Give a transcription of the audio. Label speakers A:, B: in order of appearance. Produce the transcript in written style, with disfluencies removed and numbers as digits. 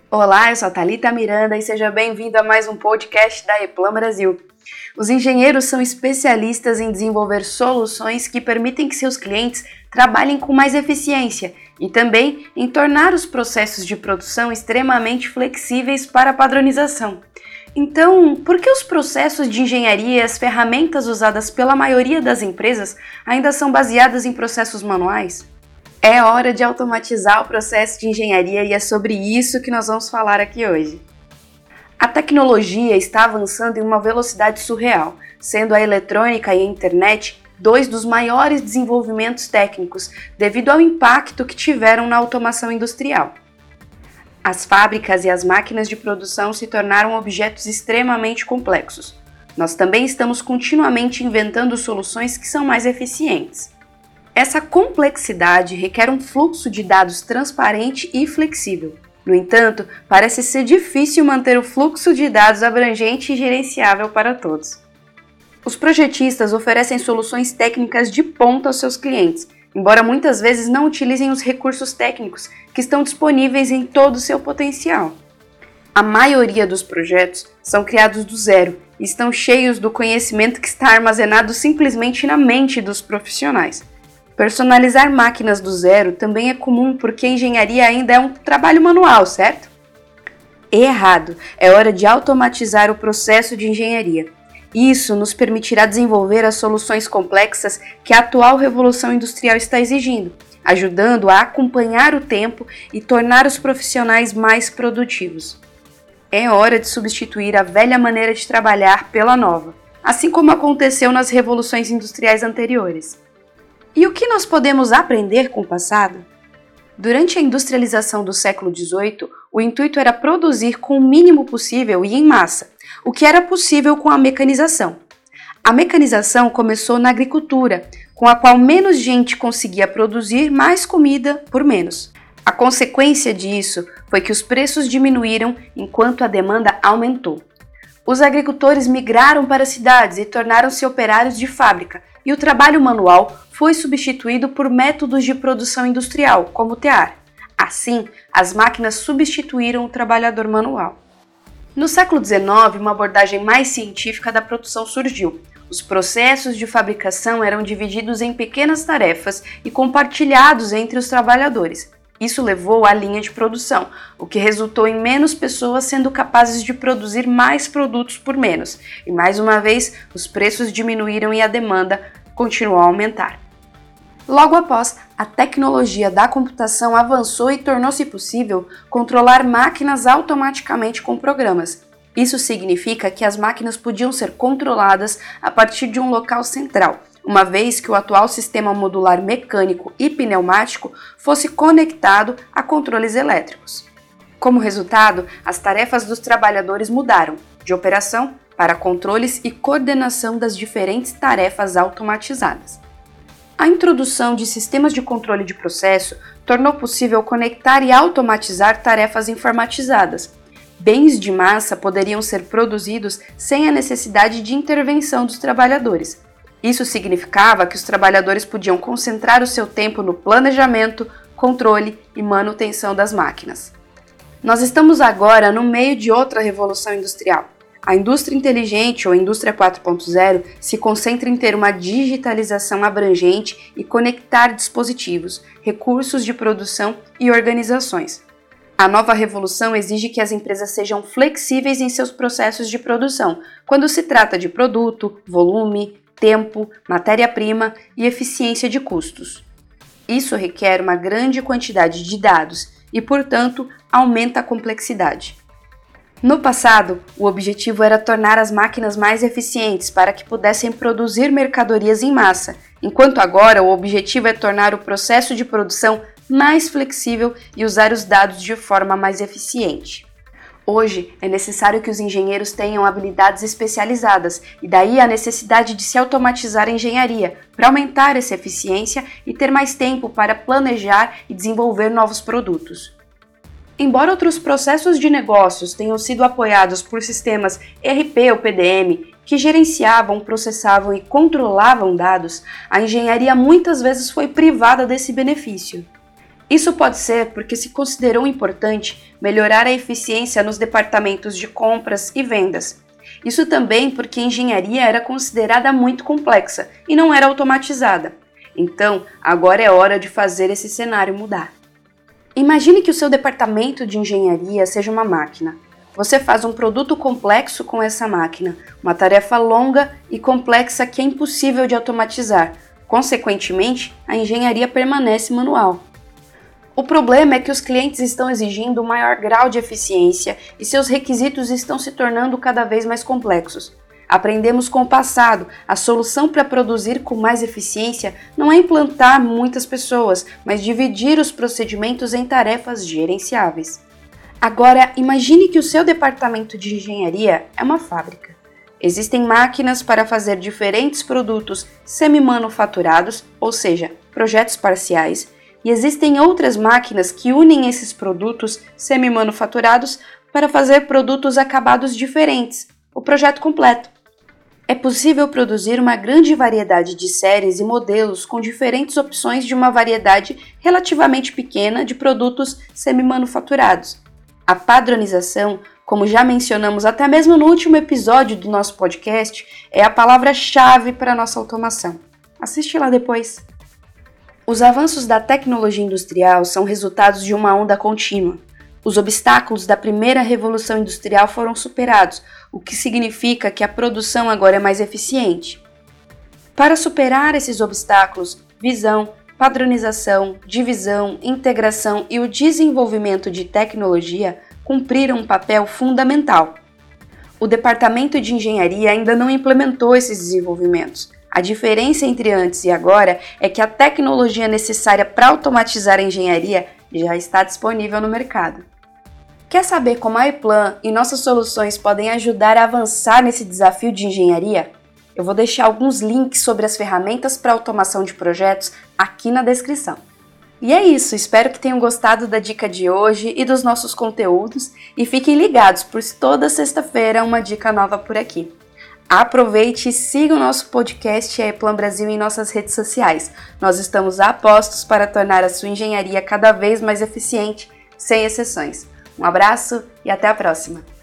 A: Olá, eu sou a Thalita Miranda e seja bem-vindo a mais um podcast da Eplan Brasil. Os engenheiros são especialistas em desenvolver soluções que permitem que seus clientes trabalhem com mais eficiência e também em tornar os processos de produção extremamente flexíveis para a padronização. Então, por que os processos de engenharia e as ferramentas usadas pela maioria das empresas ainda são baseadas em processos manuais? É hora de automatizar o processo de engenharia e é sobre isso que nós vamos falar aqui hoje. A tecnologia está avançando em uma velocidade surreal, sendo a eletrônica e a internet dois dos maiores desenvolvimentos técnicos devido ao impacto que tiveram na automação industrial. As fábricas e as máquinas de produção se tornaram objetos extremamente complexos. Nós também estamos continuamente inventando soluções que são mais eficientes. Essa complexidade requer um fluxo de dados transparente e flexível. No entanto, parece ser difícil manter o fluxo de dados abrangente e gerenciável para todos. Os projetistas oferecem soluções técnicas de ponta aos seus clientes, embora muitas vezes não utilizem os recursos técnicos que estão disponíveis em todo o seu potencial. A maioria dos projetos são criados do zero e estão cheios do conhecimento que está armazenado simplesmente na mente dos profissionais. Personalizar máquinas do zero também é comum porque a engenharia ainda é um trabalho manual, certo? Errado! É hora de automatizar o processo de engenharia. Isso nos permitirá desenvolver as soluções complexas que a atual revolução industrial está exigindo, ajudando a acompanhar o tempo e tornar os profissionais mais produtivos. É hora de substituir a velha maneira de trabalhar pela nova, assim como aconteceu nas revoluções industriais anteriores. E o que nós podemos aprender com o passado? Durante a industrialização do século XVIII, o intuito era produzir com o mínimo possível e em massa, o que era possível com a mecanização. A mecanização começou na agricultura, com a qual menos gente conseguia produzir mais comida por menos. A consequência disso foi que os preços diminuíram enquanto a demanda aumentou. Os agricultores migraram para as cidades e tornaram-se operários de fábrica, e o trabalho manual foi substituído por métodos de produção industrial, como o tear. Assim, as máquinas substituíram o trabalhador manual. No século XIX, uma abordagem mais científica da produção surgiu. Os processos de fabricação eram divididos em pequenas tarefas e compartilhados entre os trabalhadores. Isso levou à linha de produção, o que resultou em menos pessoas sendo capazes de produzir mais produtos por menos. E mais uma vez, os preços diminuíram e a demanda continuou a aumentar. Logo após, a tecnologia da computação avançou e tornou-se possível controlar máquinas automaticamente com programas. Isso significa que as máquinas podiam ser controladas a partir de um local central, uma vez que o atual sistema modular mecânico e pneumático fosse conectado a controles elétricos. Como resultado, as tarefas dos trabalhadores mudaram, de operação para controles e coordenação das diferentes tarefas automatizadas. A introdução de sistemas de controle de processo tornou possível conectar e automatizar tarefas informatizadas. Bens de massa poderiam ser produzidos sem a necessidade de intervenção dos trabalhadores. Isso significava que os trabalhadores podiam concentrar o seu tempo no planejamento, controle e manutenção das máquinas. Nós estamos agora no meio de outra revolução industrial. A indústria inteligente ou indústria 4.0 se concentra em ter uma digitalização abrangente e conectar dispositivos, recursos de produção e organizações. A nova revolução exige que as empresas sejam flexíveis em seus processos de produção, quando se trata de produto, volume, tempo, matéria-prima e eficiência de custos. Isso requer uma grande quantidade de dados e, portanto, aumenta a complexidade. No passado, o objetivo era tornar as máquinas mais eficientes para que pudessem produzir mercadorias em massa, enquanto agora o objetivo é tornar o processo de produção mais flexível e usar os dados de forma mais eficiente. Hoje, é necessário que os engenheiros tenham habilidades especializadas e daí a necessidade de se automatizar a engenharia para aumentar essa eficiência e ter mais tempo para planejar e desenvolver novos produtos. Embora outros processos de negócios tenham sido apoiados por sistemas ERP ou PDM que gerenciavam, processavam e controlavam dados, a engenharia muitas vezes foi privada desse benefício. Isso pode ser porque se considerou importante melhorar a eficiência nos departamentos de compras e vendas. Isso também porque a engenharia era considerada muito complexa e não era automatizada. Então, agora é hora de fazer esse cenário mudar. Imagine que o seu departamento de engenharia seja uma máquina. Você faz um produto complexo com essa máquina, uma tarefa longa e complexa que é impossível de automatizar. Consequentemente, a engenharia permanece manual. O problema é que os clientes estão exigindo um maior grau de eficiência e seus requisitos estão se tornando cada vez mais complexos. Aprendemos com o passado, a solução para produzir com mais eficiência não é implantar muitas pessoas, mas dividir os procedimentos em tarefas gerenciáveis. Agora, imagine que o seu departamento de engenharia é uma fábrica. Existem máquinas para fazer diferentes produtos semi-manufaturados, ou seja, projetos parciais, e existem outras máquinas que unem esses produtos semi-manufaturados para fazer produtos acabados diferentes, o projeto completo. É possível produzir uma grande variedade de séries e modelos com diferentes opções de uma variedade relativamente pequena de produtos semi-manufaturados. A padronização, como já mencionamos até mesmo no último episódio do nosso podcast, é a palavra-chave para a nossa automação. Assiste lá depois. Os avanços da tecnologia industrial são resultados de uma onda contínua. Os obstáculos da primeira revolução industrial foram superados, o que significa que a produção agora é mais eficiente. Para superar esses obstáculos, visão, padronização, divisão, integração e o desenvolvimento de tecnologia cumpriram um papel fundamental. O departamento de engenharia ainda não implementou esses desenvolvimentos. A diferença entre antes e agora é que a tecnologia necessária para automatizar a engenharia já está disponível no mercado. Quer saber como a ePlan e nossas soluções podem ajudar a avançar nesse desafio de engenharia? Eu vou deixar alguns links sobre as ferramentas para automação de projetos aqui na descrição. E é isso, espero que tenham gostado da dica de hoje e dos nossos conteúdos e fiquem ligados, pois toda sexta-feira uma dica nova por aqui. Aproveite e siga o nosso podcast ePlan Brasil em nossas redes sociais. Nós estamos a postos para tornar a sua engenharia cada vez mais eficiente, sem exceções. Um abraço e até a próxima!